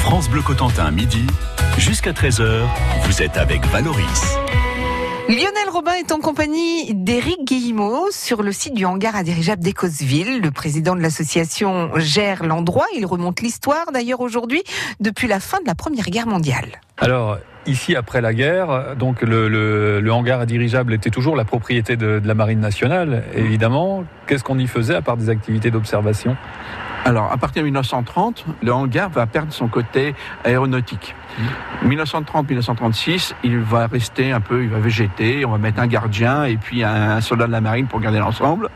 France Bleu Cotentin, midi, jusqu'à 13h, vous êtes avec Valoris. Lionel Robin est en compagnie d'Éric Guillemot sur le site du hangar à dirigeables d'Écosville. Le président de l'association gère l'endroit. Il remonte l'histoire d'ailleurs aujourd'hui depuis la fin de la Première Guerre mondiale. Alors, ici, après la guerre, donc le hangar à dirigeables était toujours la propriété de la Marine nationale, évidemment. Qu'est-ce qu'on y faisait à part des activités d'observation ? Alors, à partir de 1930, le hangar va perdre son côté aéronautique. 1930-1936, il va rester un peu, il va végéter, on va mettre un gardien et puis un soldat de la marine pour garder l'ensemble.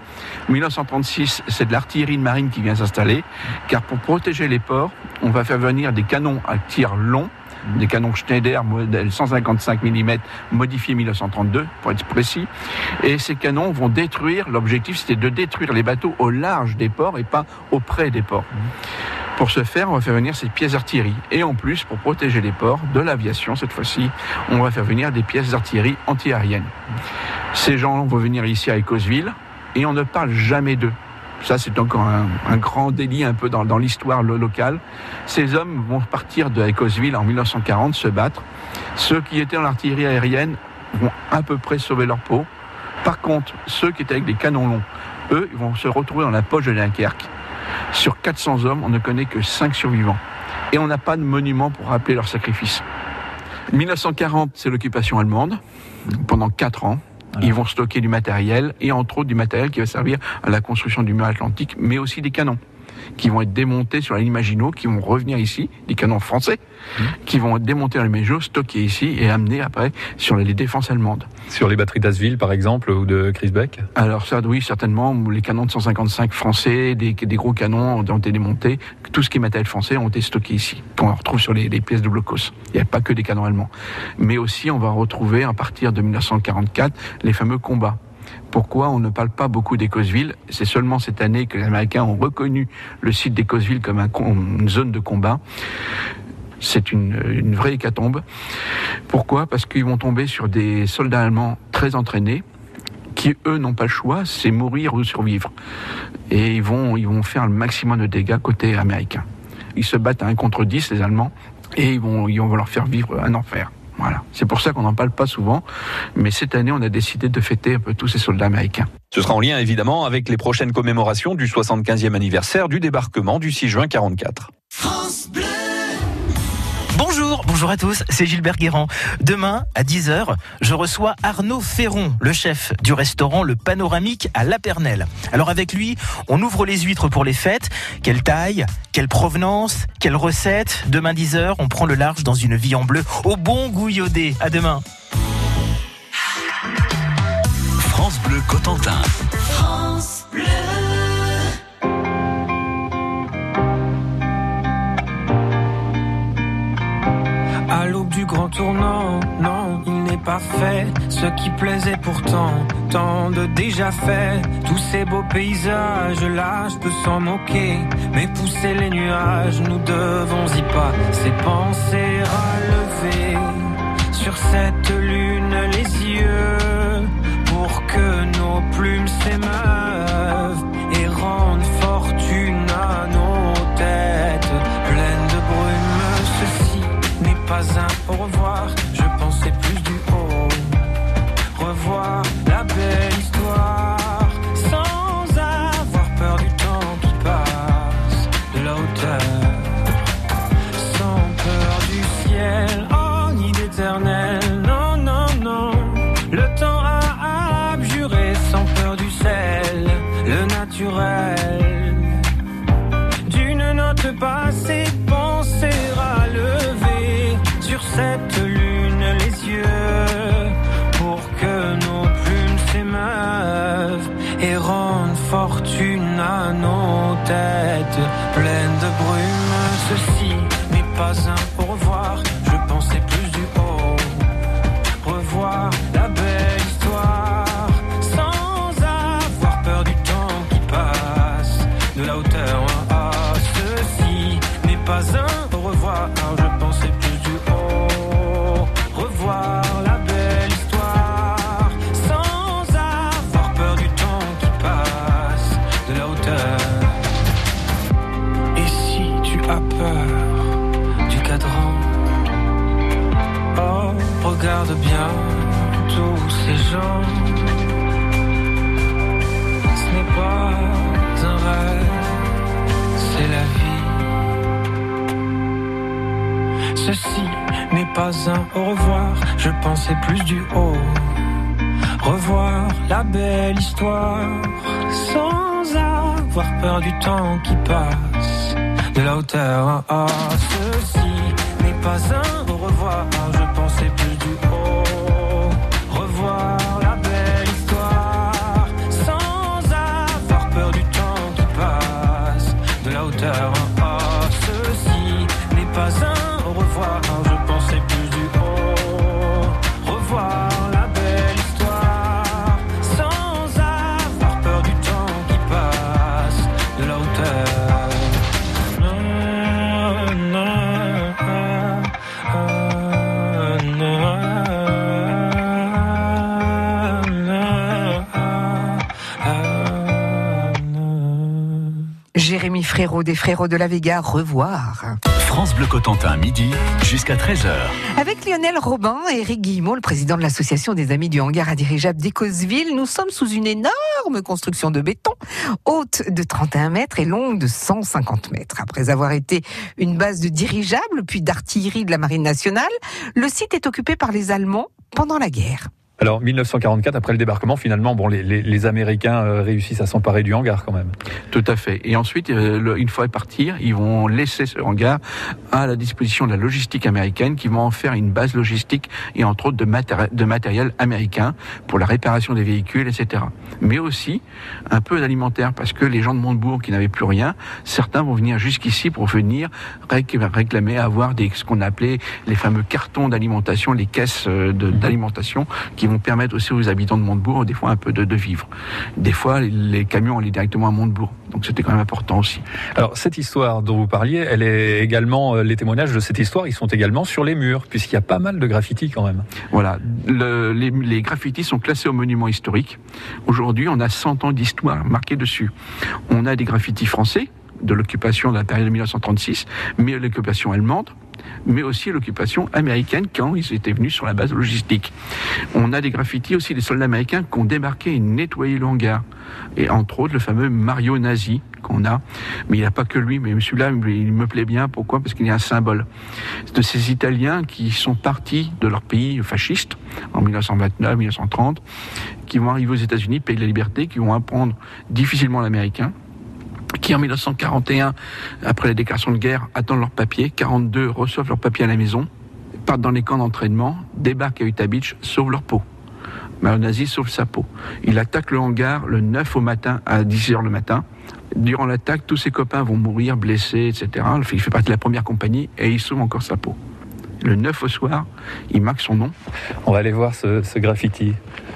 1936, c'est de l'artillerie de marine qui vient s'installer, car pour protéger les ports, on va faire venir des canons à tir long, des canons Schneider modèle 155 mm modifiés 1932 pour être précis, et ces canons vont détruire, l'objectif c'était de détruire les bateaux au large des ports et pas auprès des ports. Pour ce faire, on va faire venir ces pièces d'artillerie, et en plus, pour protéger les ports de l'aviation cette fois-ci, on va faire venir des pièces d'artillerie anti-aériennes. Ces gens vont venir ici à Écosville et on ne parle jamais d'eux. Ça, c'est encore un grand délit un peu dans l'histoire locale. Ces hommes vont partir de Écosville en 1940, se battre. Ceux qui étaient dans l'artillerie aérienne vont à peu près sauver leur peau. Par contre, ceux qui étaient avec des canons longs, eux, ils vont se retrouver dans la poche de Dunkerque. Sur 400 hommes, on ne connaît que 5 survivants. Et on n'a pas de monument pour rappeler leur sacrifice. 1940, c'est l'occupation allemande, pendant 4 ans. Voilà. Ils vont stocker du matériel, et entre autres du matériel qui va servir à la construction du mur atlantique, mais aussi des canons qui vont être démontés sur la ligne Maginot, qui vont revenir ici, des canons français, qui vont être démontés dans les Maginot, stockés ici et amenés après sur les défenses allemandes. Sur les batteries d'Asville, par exemple, ou de Crisbeck ? Alors ça, oui, certainement, les canons de 155 français, des gros canons ont été démontés, tout ce qui est matériel français ont été stockés ici, qu'on retrouve sur les pièces de blocos. Il n'y a pas que des canons allemands. Mais aussi, on va retrouver, à partir de 1944, les fameux combats. Pourquoi on ne parle pas beaucoup d'Écosville ? C'est seulement cette année que les Américains ont reconnu le site d'Écosville comme une zone de combat. C'est une vraie hécatombe. Pourquoi ? Parce qu'ils vont tomber sur des soldats allemands très entraînés qui, eux, n'ont pas le choix, c'est mourir ou survivre. Et ils vont faire le maximum de dégâts côté américain. Ils se battent à 1 contre 10, les Allemands, et ils vont leur faire vivre un enfer. Voilà. C'est pour ça qu'on n'en parle pas souvent, mais cette année, on a décidé de fêter un peu tous ces soldats américains. Ce sera en lien, évidemment, avec les prochaines commémorations du 75e anniversaire du débarquement du 6 juin 1944. France Bleu. Bonjour à tous, c'est Gilbert Guérand. Demain, à 10h, je reçois Arnaud Ferron, le chef du restaurant Le Panoramique à La Pernelle. Alors avec lui, on ouvre les huîtres pour les fêtes. Quelle taille, quelle provenance, quelle recette. Demain 10h, on prend le large dans une vie en bleu au bon goût iodé. À demain. France Bleu Cotentin. France Bleu. À l'aube du grand tournant, non, il n'est pas fait ce qui plaisait pourtant, tant de déjà fait. Tous ces beaux paysages, là, je peux s'en moquer, mais pousser les nuages, nous devons y passer, penser à lever sur cette lune les yeux, pour que nos plumes s'émeuvent et rendent fortune à nos têtes pleines de brume. Ceci n'est pas un au revoir, je pensais plus du haut. Revoir la belle histoire, sans avoir peur du temps qui passe, de la hauteur, sans peur du ciel, oh ni d'éternel, non, non, non. Le temps a abjuré sans peur du sel, le naturel, d'une note passée, penser à lever sur cette lune les yeux, pour que nos plumes s'émeuvent et rendent fortune à nos têtes pleines de brume. Ceci n'est pas un au revoir, je pensais plus du haut. Revoir la belle histoire, sans avoir peur du temps qui passe, de la hauteur. Ceci n'est pas un au revoir, je pensais plus du haut. Revoir la belle histoire, sans avoir peur du temps qui passe, de la hauteur. Et si tu as peur du ces gens. Ce n'est pas un rêve, c'est la vie. Ceci n'est pas un au revoir, je pensais plus du haut. Revoir la belle histoire sans avoir peur du temps qui passe, de la hauteur. Ah, ceci n'est pas un au revoir, je pensais plus du haut. Revoir la belle histoire sans avoir peur du temps qui passe, de la hauteur. Ah, ceci n'est pas un au revoir, je pensais plus du haut. Revoir la belle histoire sans avoir peur du temps qui passe, de la hauteur. Jérémy Frérot des Frérots de la Vega, revoir. France Bleu Cotentin, midi jusqu'à 13h. Avec Lionel Robin et Éric Guillemot, le président de l'association des Amis du hangar à dirigeable d'Écosville, nous sommes sous une énorme construction de béton, haute de 31 mètres et longue de 150 mètres. Après avoir été une base de dirigeables puis d'artillerie de la Marine nationale, le site est occupé par les Allemands pendant la guerre. Alors, 1944, après le débarquement, finalement, les Américains réussissent à s'emparer du hangar quand même. Tout à fait. Et ensuite, une fois partir, ils vont laisser ce hangar à la disposition de la logistique américaine, qui vont en faire une base logistique et entre autres de matériel américain pour la réparation des véhicules, etc. Mais aussi un peu d'alimentaire, parce que les gens de Montebourg qui n'avaient plus rien, certains vont venir jusqu'ici pour venir réclamer, avoir ce qu'on appelait les fameux cartons d'alimentation, les caisses d'alimentation, qui vont permettre aussi aux habitants de Montebourg, des fois un peu de vivre. Des fois, les camions allaient directement à Montebourg. Donc c'était quand même important aussi. Alors cette histoire dont vous parliez, elle est également, les témoignages de cette histoire, ils sont également sur les murs, puisqu'il y a pas mal de graffitis quand même. Voilà, les graffitis sont classés au monument historique. Aujourd'hui, on a 100 ans d'histoire marquée dessus. On a des graffitis français, de l'occupation de la période de 1936, mais l'occupation allemande, mais aussi l'occupation américaine quand ils étaient venus sur la base logistique. On a des graffitis aussi des soldats américains qui ont débarqué et nettoyé le hangar. Et entre autres, le fameux Mario Nazi qu'on a. Mais il n'y a pas que lui, mais celui-là, il me plaît bien. Pourquoi ? Parce qu'il est un symbole de ces Italiens qui sont partis de leur pays fasciste en 1929, 1930, qui vont arriver aux États-Unis, pays de la liberté, qui vont apprendre difficilement l'américain, qui en 1941, après la déclaration de guerre, attendent leurs papiers, 42 reçoivent leurs papiers à la maison, partent dans les camps d'entraînement, débarquent à Utah Beach, sauvent leur peau. Mario Nazi sauve sa peau. Il attaque le hangar le 9 au matin, à 10h le matin. Durant l'attaque, tous ses copains vont mourir, blessés, etc. Il fait partie de la première compagnie et il sauve encore sa peau. Le 9 au soir, il marque son nom. On va aller voir ce graffiti.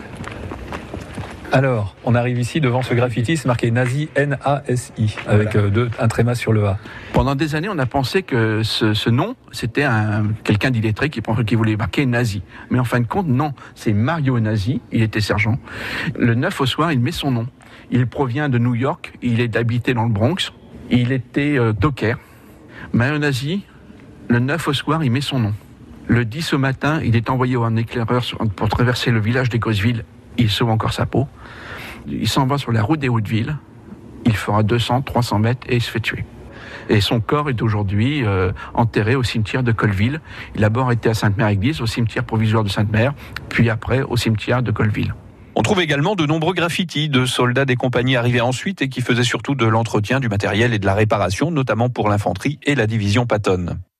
Alors, on arrive ici devant ce graffiti, c'est marqué Nazi, N-A-S-I, avec un tréma sur le A. Pendant des années, on a pensé que ce nom, c'était quelqu'un d'illettré qui voulait marquer Nazi. Mais en fin de compte, non, c'est Mario Nazi, il était sergent. Le 9 au soir, il met son nom. Il provient de New York, il est habité dans le Bronx, il était docker. Mario Nazi, le 9 au soir, il met son nom. Le 10 au matin, il est envoyé en éclaireur pour traverser le village d'Écosville. Il sauve encore sa peau. Il s'en va sur la route des Hautes-Villes. Il fera 200, 300 mètres et il se fait tuer. Et son corps est aujourd'hui enterré au cimetière de Colleville. Il a d'abord été à Sainte-Mère-Église, au cimetière provisoire de Sainte-Mère, puis après au cimetière de Colleville. On trouve également de nombreux graffitis de soldats des compagnies arrivés ensuite et qui faisaient surtout de l'entretien du matériel et de la réparation, notamment pour l'infanterie et la division Patton.